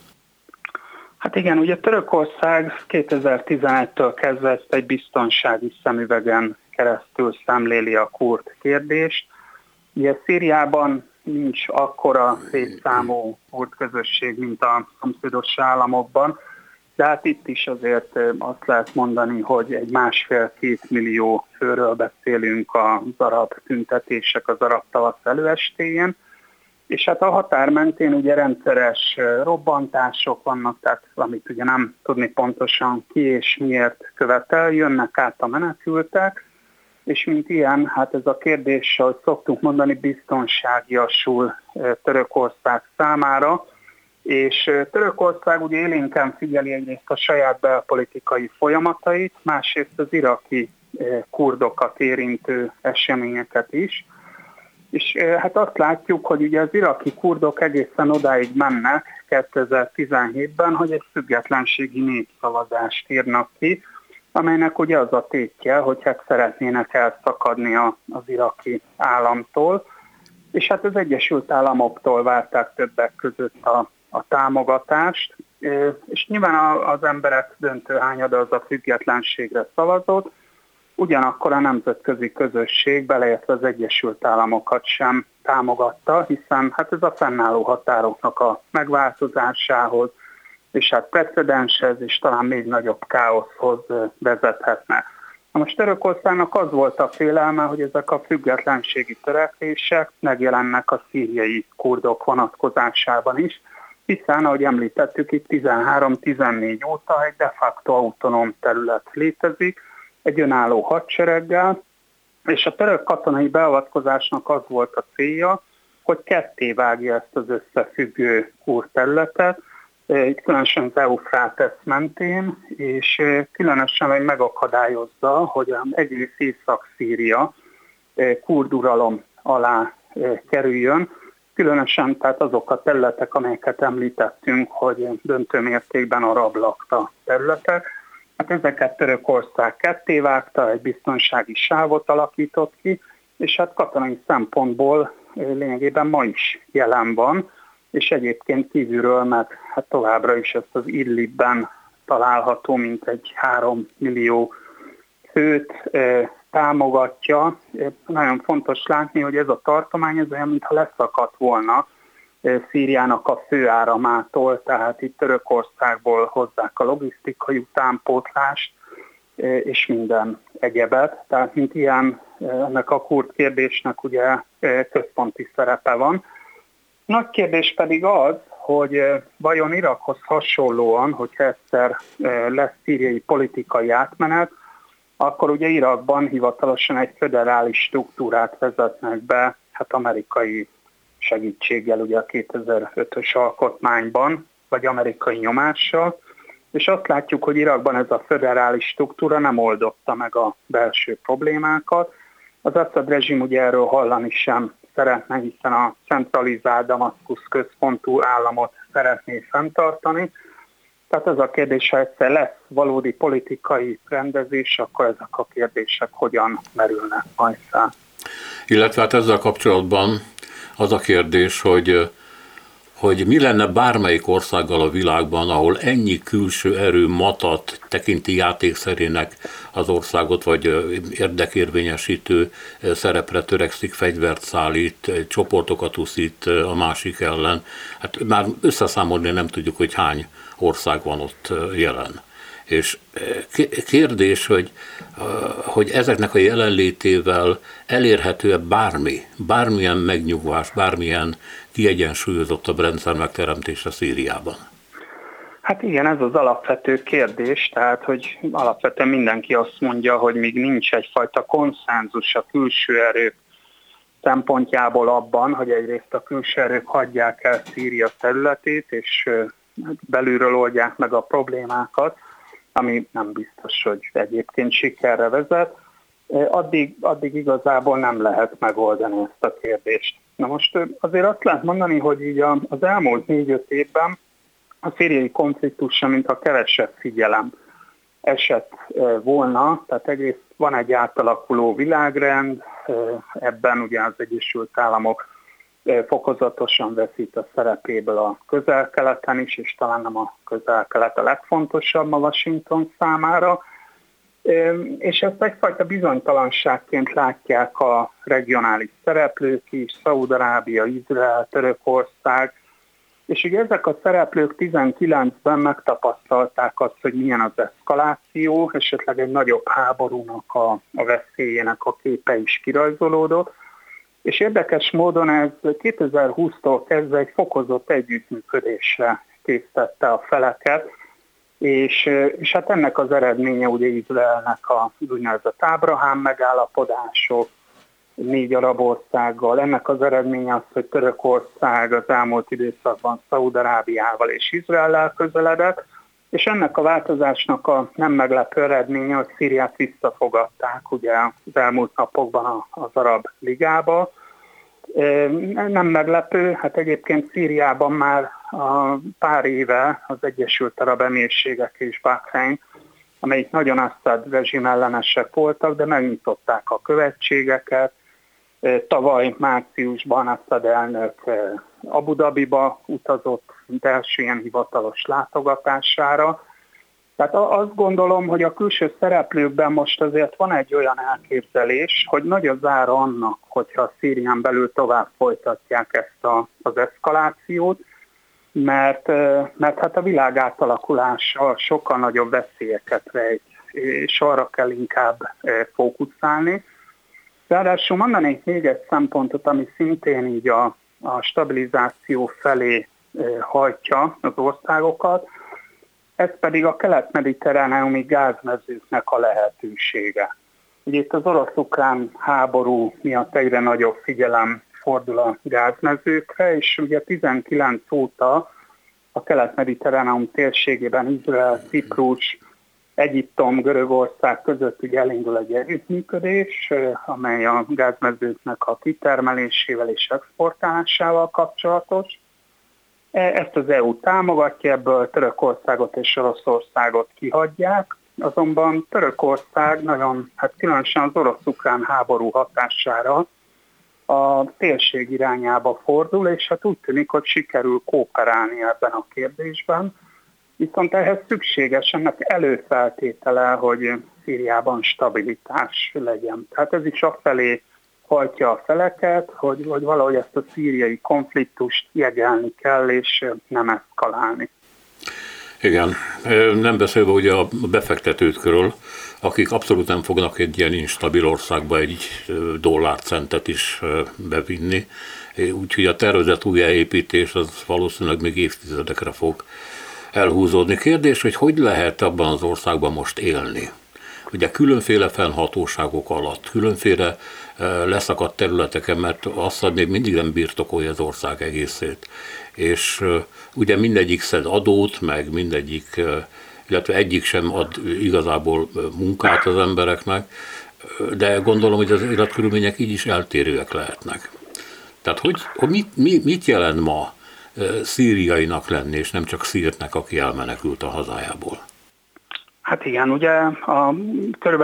Hát igen, ugye Törökország 2011-től kezdve ezt egy biztonsági szemüvegen keresztül szemléli a kurd kérdést. Ugye Szíriában nincs akkora létszámú kurd közösség, mint a szomszédos államokban, de hát itt is azért azt lehet mondani, hogy egy 1,5-2 millió főről beszélünk az arab tüntetések, az arab tavasz előestéjén, és hát a határ mentén ugye rendszeres robbantások vannak, tehát amit ugye nem tudni pontosan ki és miért követel, jönnek át a menekültek, és mint ilyen, hát ez a kérdés, ahogy szoktunk mondani, biztonságiasul Törökország számára, és Törökország ugye élénken figyeli egyrészt a saját belpolitikai folyamatait, másrészt az iraki kurdokat érintő eseményeket is, és hát azt látjuk, hogy ugye az iraki kurdok egészen odáig mennek 2017-ben, hogy egy függetlenségi népszavazást írnak ki, amelynek ugye az a tétje, hogy hát szeretnének elszakadni az iraki államtól, és hát az Egyesült Államoktól várták többek között a támogatást, és nyilván az emberek döntő hányada az a függetlenségre szavazott, ugyanakkor a nemzetközi közösség, beleértve az Egyesült Államokat sem támogatta, hiszen hát ez a fennálló határoknak a megváltozásához, és hát precedenshez, és talán még nagyobb káoszhoz vezethetne. Na most Törökországnak az volt a félelme, hogy ezek a függetlenségi törekvések megjelennek a szíriai kurdok vonatkozásában is, hiszen, ahogy említettük, itt 13-14 óta egy de facto autonóm terület létezik, egy önálló hadsereggel, és a török katonai beavatkozásnak az volt a célja, hogy ketté vágja ezt az összefüggő kurd területet, itt különösen az Eufrátesz mentén, és különösen hogy megakadályozza, hogy egész Észak-Szíria kurd uralom alá kerüljön, különösen tehát azok a területek, amelyeket említettünk, hogy döntő mértékben arab lakta területek. Hát ezeket Törökország kettévágta, egy biztonsági sávot alakított ki, és hát katonai szempontból lényegében ma is jelen van, és egyébként kívülről meg hát továbbra is ezt az Idlibben található, mint egy 3 millió főt támogatja. Nagyon fontos látni, hogy ez a tartomány ez olyan, mintha leszakadt volna Szíriának a főáramától, tehát itt Törökországból hozzák a logisztikai utánpótlást, és minden egyebet. Tehát mint ilyen, ennek a kurd kérdésnek ugye központi szerepe van. Nagy kérdés pedig az, hogy vajon Irakhoz hasonlóan, hogyha egyszer lesz szíriai politikai átmenet, akkor ugye Irakban hivatalosan egy föderális struktúrát vezetnek be, hát amerikai segítséggel ugye a 2005-ös alkotmányban, vagy amerikai nyomással, és azt látjuk, hogy Irakban ez a föderális struktúra nem oldotta meg a belső problémákat. Az Assad rezsim ugye erről hallani sem szeretne, hiszen a centralizált Damaszkusz központú államot szeretné fenntartani. Tehát ez a kérdés, ha egyszer lesz valódi politikai rendezés, akkor ezek a kérdések hogyan merülnek majd fel. Illetve hát ezzel kapcsolatban az a kérdés, hogy mi lenne bármelyik országgal a világban, ahol ennyi külső erő matat tekinti játékszerének az országot, vagy érdekérvényesítő szerepre törekszik, fegyvert szállít, csoportokat uszít a másik ellen. Hát már összeszámolni nem tudjuk, hogy hány ország van ott jelen. És kérdés, hogy ezeknek a jelenlétével elérhető-e bármilyen megnyugvás, bármilyen kiegyensúlyozottabb rendszer megteremtése Szíriában? Hát igen, ez az alapvető kérdés, tehát hogy alapvetően mindenki azt mondja, hogy még nincs egyfajta konszenzus a külső erők szempontjából abban, hogy egyrészt a külső erők hagyják el Szíria területét, és belülről oldják meg a problémákat, ami nem biztos, hogy egyébként sikerre vezet, addig igazából nem lehet megoldani ezt a kérdést. Na most azért azt lehet mondani, hogy így az elmúlt 4-5 évben a szíriai konfliktusra mintha kevesebb figyelem esett volna, tehát egyrészt van egy átalakuló világrend, ebben ugye az Egyesült Államok fokozatosan veszít a szerepéből a Közel-Keleten is, és talán nem a Közel-Kelet a legfontosabb a Washington számára, és ezt egyfajta bizonytalanságként látják a regionális szereplők is, Szaúd-Arábia, Izrael, Törökország, és ugye ezek a szereplők 19-ben megtapasztalták azt, hogy milyen az eszkaláció, esetleg egy nagyobb háborúnak a veszélyének a képe is kirajzolódott, és érdekes módon ez 2020-tól kezdve egy fokozott együttműködésre késztette a feleket, és hát ennek az eredménye ugye Izraelnek az úgynevezett Ábrahám megállapodások 4 arab országgal, ennek az eredménye az, hogy Törökország az elmúlt időszakban Szaúd-Arábiával és Izraellel közeledett, és ennek a változásnak a nem meglepő eredménye, hogy Szíriát visszafogadták ugye az elmúlt napokban az Arab Ligába. Nem meglepő, hát egyébként Szíriában már pár éve az Egyesült Arab Emírségek és Bahrein, amelyik nagyon Assad rezsim ellenesek voltak, de megnyitották a követségeket. Tavaly márciusban Assad elnök Abu Dhabiba utazott első ilyen hivatalos látogatására. Tehát azt gondolom, hogy a külső szereplőkben most azért van egy olyan elképzelés, hogy nagy az ára annak, hogyha Szírián belül tovább folytatják ezt az eszkalációt, mert hát a világ átalakulása sokkal nagyobb veszélyeket rejt, és arra kell inkább fókuszálni. Ráadásul mondanék még egy szempontot, ami szintén így a stabilizáció felé hajtja az országokat, ez pedig a kelet-mediterráneumi gázmezőknek a lehetősége. Ugye itt az orosz-ukrán háború miatt egyre nagyobb figyelem fordul a gázmezőkre, és ugye 19 óta a kelet-mediterráneum térségében Izrael, Ciprus, Egyiptom, Görögország között ugye elindul egy együttműködés, amely a gázmezőknek a kitermelésével és exportálásával kapcsolatos. Ezt az EU támogatja, ebből Törökországot és Oroszországot kihagyják, azonban Törökország nagyon, hát különösen az orosz-ukrán háború hatására a térség irányába fordul, és hát úgy tűnik, hogy sikerül kooperálni ebben a kérdésben. Viszont ehhez szükséges ennek előfeltétele, hogy Szíriában stabilitás legyen. Tehát ez is afelé hajtja a feleket, hogy valahogy ezt a szíriai konfliktust jegelni kell, és nem eszkalálni. Igen, nem beszélve ugye a befektetőkről, akik abszolút nem fognak egy ilyen instabil országba egy dollárcentet is bevinni, úgyhogy a tervezett újjáépítés az valószínűleg még évtizedekre fog elhúzódni. Kérdés, hogy lehet abban az országban most élni? Ugye különféle fennhatóságok alatt, különféle leszakadt területeken, mert Assad még mindig nem birtokolja az ország egészét. És ugye mindegyik szed adót, meg mindegyik, illetve egyik sem ad igazából munkát az embereknek, de gondolom, hogy az életkörülmények így is eltérőek lehetnek. Tehát mit jelent ma szíriainak lenni, és nem csak szírnek, aki elmenekült a hazájából? Hát igen, ugye kb.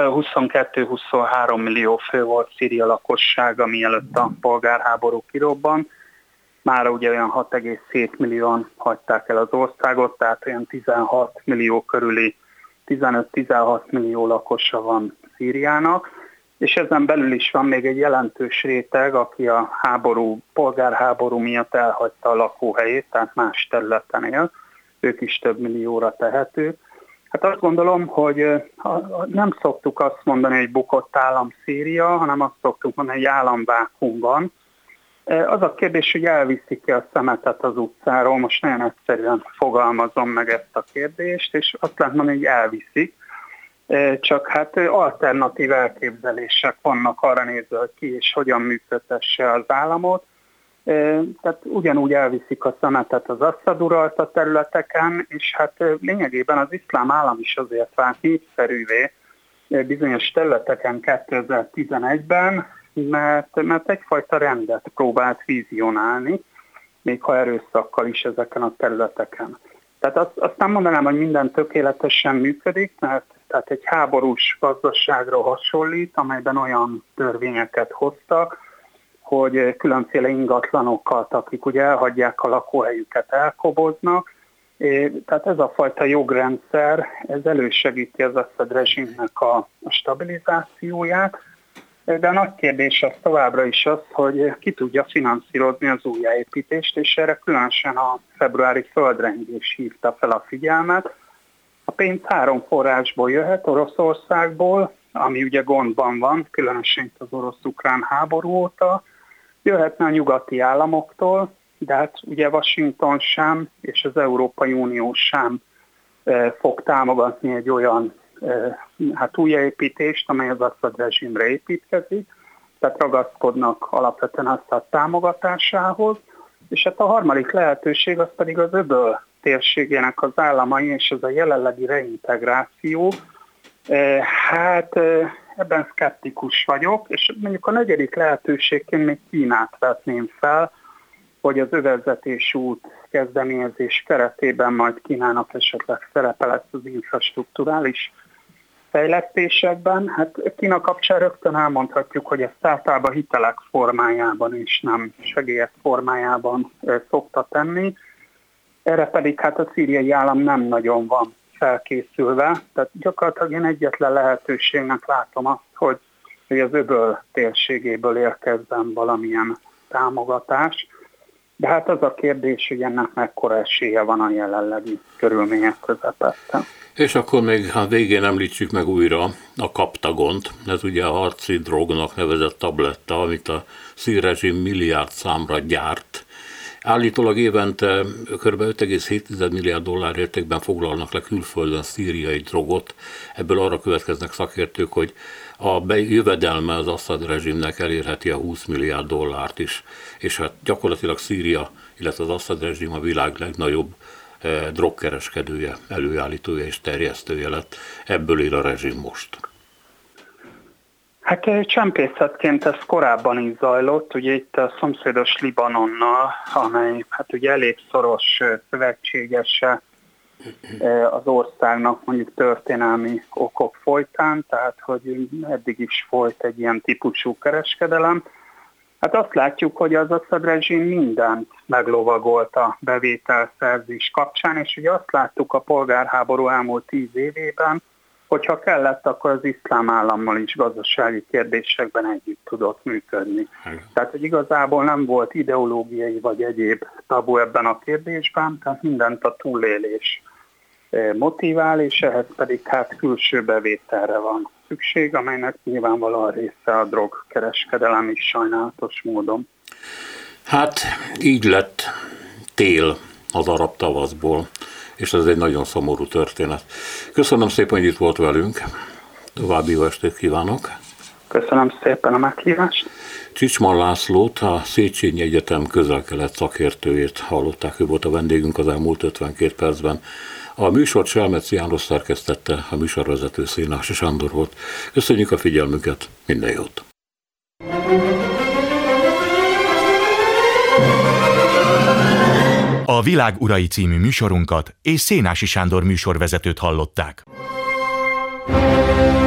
22-23 millió fő volt Szíria lakossága, mielőtt a polgárháború kirobban. Mára ugye olyan 6,7 millióan hagyták el az országot, tehát olyan 16 millió körüli, 15-16 millió lakosa van Szíriának, és ezen belül is van még egy jelentős réteg, aki a polgárháború miatt elhagyta a lakóhelyét, tehát más területen él, ők is több millióra tehetők. Hát azt gondolom, hogy nem szoktuk azt mondani, hogy bukott állam Szíria, hanem azt szoktuk mondani, hogy államvákuum van. Az a kérdés, hogy elviszik-e a szemetet az utcáról, most nagyon egyszerűen fogalmazom meg ezt a kérdést, és azt lehet mondani, hogy elviszik, csak hát alternatív elképzelések vannak arra nézve, hogy ki és hogyan működtesse az államot. Tehát ugyanúgy elviszik a szemetet az Assad uralta területeken, és hát lényegében az iszlám állam is azért vált népszerűvé bizonyos területeken 2011-ben, mert egyfajta rendet próbált vizionálni, még ha erőszakkal is ezeken a területeken. Tehát azt nem mondanám, hogy minden tökéletesen működik, mert tehát egy háborús gazdaságra hasonlít, amelyben olyan törvényeket hoztak, hogy különféle ingatlanokat, akik ugye elhagyják a lakóhelyüket, elkoboznak. Tehát ez a fajta jogrendszer, ez elősegíti az Assad rezsimnek a stabilizációját, de a nagy kérdés az továbbra is az, hogy ki tudja finanszírozni az újjáépítést, és erre különösen a februári földrengés hívta fel a figyelmet. A pénz 3 forrásból jöhet, Oroszországból, ami ugye gondban van, különösen az orosz-ukrán háború óta, jöhetne a nyugati államoktól, de hát ugye Washington sem és az Európai Unió sem fog támogatni egy olyan újjáépítést, amely az Assad rezsimre építkezik, tehát ragaszkodnak alapvetően Assad támogatásához, és hát a harmadik lehetőség az pedig az öböl térségének az államai, és ez a jelenlegi reintegráció. Hát ebben szkeptikus vagyok, és mondjuk a negyedik lehetőségként még Kínát vetném fel, hogy az övezetés út kezdeményezés keretében majd Kínának esetleg szerepe lesz az infrastrukturális fejlesztésekben. Hát Kína kapcsán rögtön elmondhatjuk, hogy ezt általában hitelek formájában és nem segélyek formájában szokta tenni. Erre pedig hát a szíriai állam nem nagyon van felkészülve, tehát gyakorlatilag én egyetlen lehetőségnek látom azt, hogy az öböl térségéből érkezzen valamilyen támogatás. De hát az a kérdés, hogy ennek mekkora esélye van a jelenlegi körülmények közepette. És akkor még a végén említsük meg újra a kaptagont, ez ugye a harci drognak nevezett tabletta, amit a szír rezsim milliárd számra gyárt. Állítólag évente kb. 5,7 milliárd dollár értékben foglalnak le külföldön szíriai drogot. Ebből arra következnek szakértők, hogy a jövedelme az Assad rezsimnek elérheti a 20 milliárd dollárt is. És hát gyakorlatilag Szíria, illetve az Assad rezsim a világ legnagyobb drogkereskedője, előállítója és terjesztője lett. Ebből él a rezsim most. Hát csempészetként ez korábban is zajlott, ugye itt a szomszédos Libanonnal, amely hát ugye elég szoros szövetségese az országnak mondjuk történelmi okok folytán, tehát hogy eddig is folyt egy ilyen típusú kereskedelem. Hát azt látjuk, hogy az Assad rezsim mindent meglovagolt a bevételszerzés kapcsán, és ugye azt láttuk a polgárháború elmúlt 10 évében, hogyha kellett, akkor az iszlám állammal is gazdasági kérdésekben együtt tudott működni. Tehát, hogy igazából nem volt ideológiai vagy egyéb tabu ebben a kérdésben, tehát mindent a túlélés motivál, és ehhez pedig hát külső bevételre van szükség, amelynek nyilvánvalóan része a drogkereskedelem is sajnálatos módon. Hát így lett tél az arab tavaszból, és ez egy nagyon szomorú történet. Köszönöm szépen, hogy itt volt velünk. További jó estét kívánok. Köszönöm szépen a meghívást. Csicsman Lászlót, a Széchenyi Egyetem közel-kelet szakértőjét hallották, ő volt a vendégünk az elmúlt 52 percben. A műsort Selmeczi János szerkesztette, a műsorvezető Szénási Sándor volt. Köszönjük a figyelmüket, minden jót! A Világ urai című műsorunkat és Szénási Sándor műsorvezetőt hallották.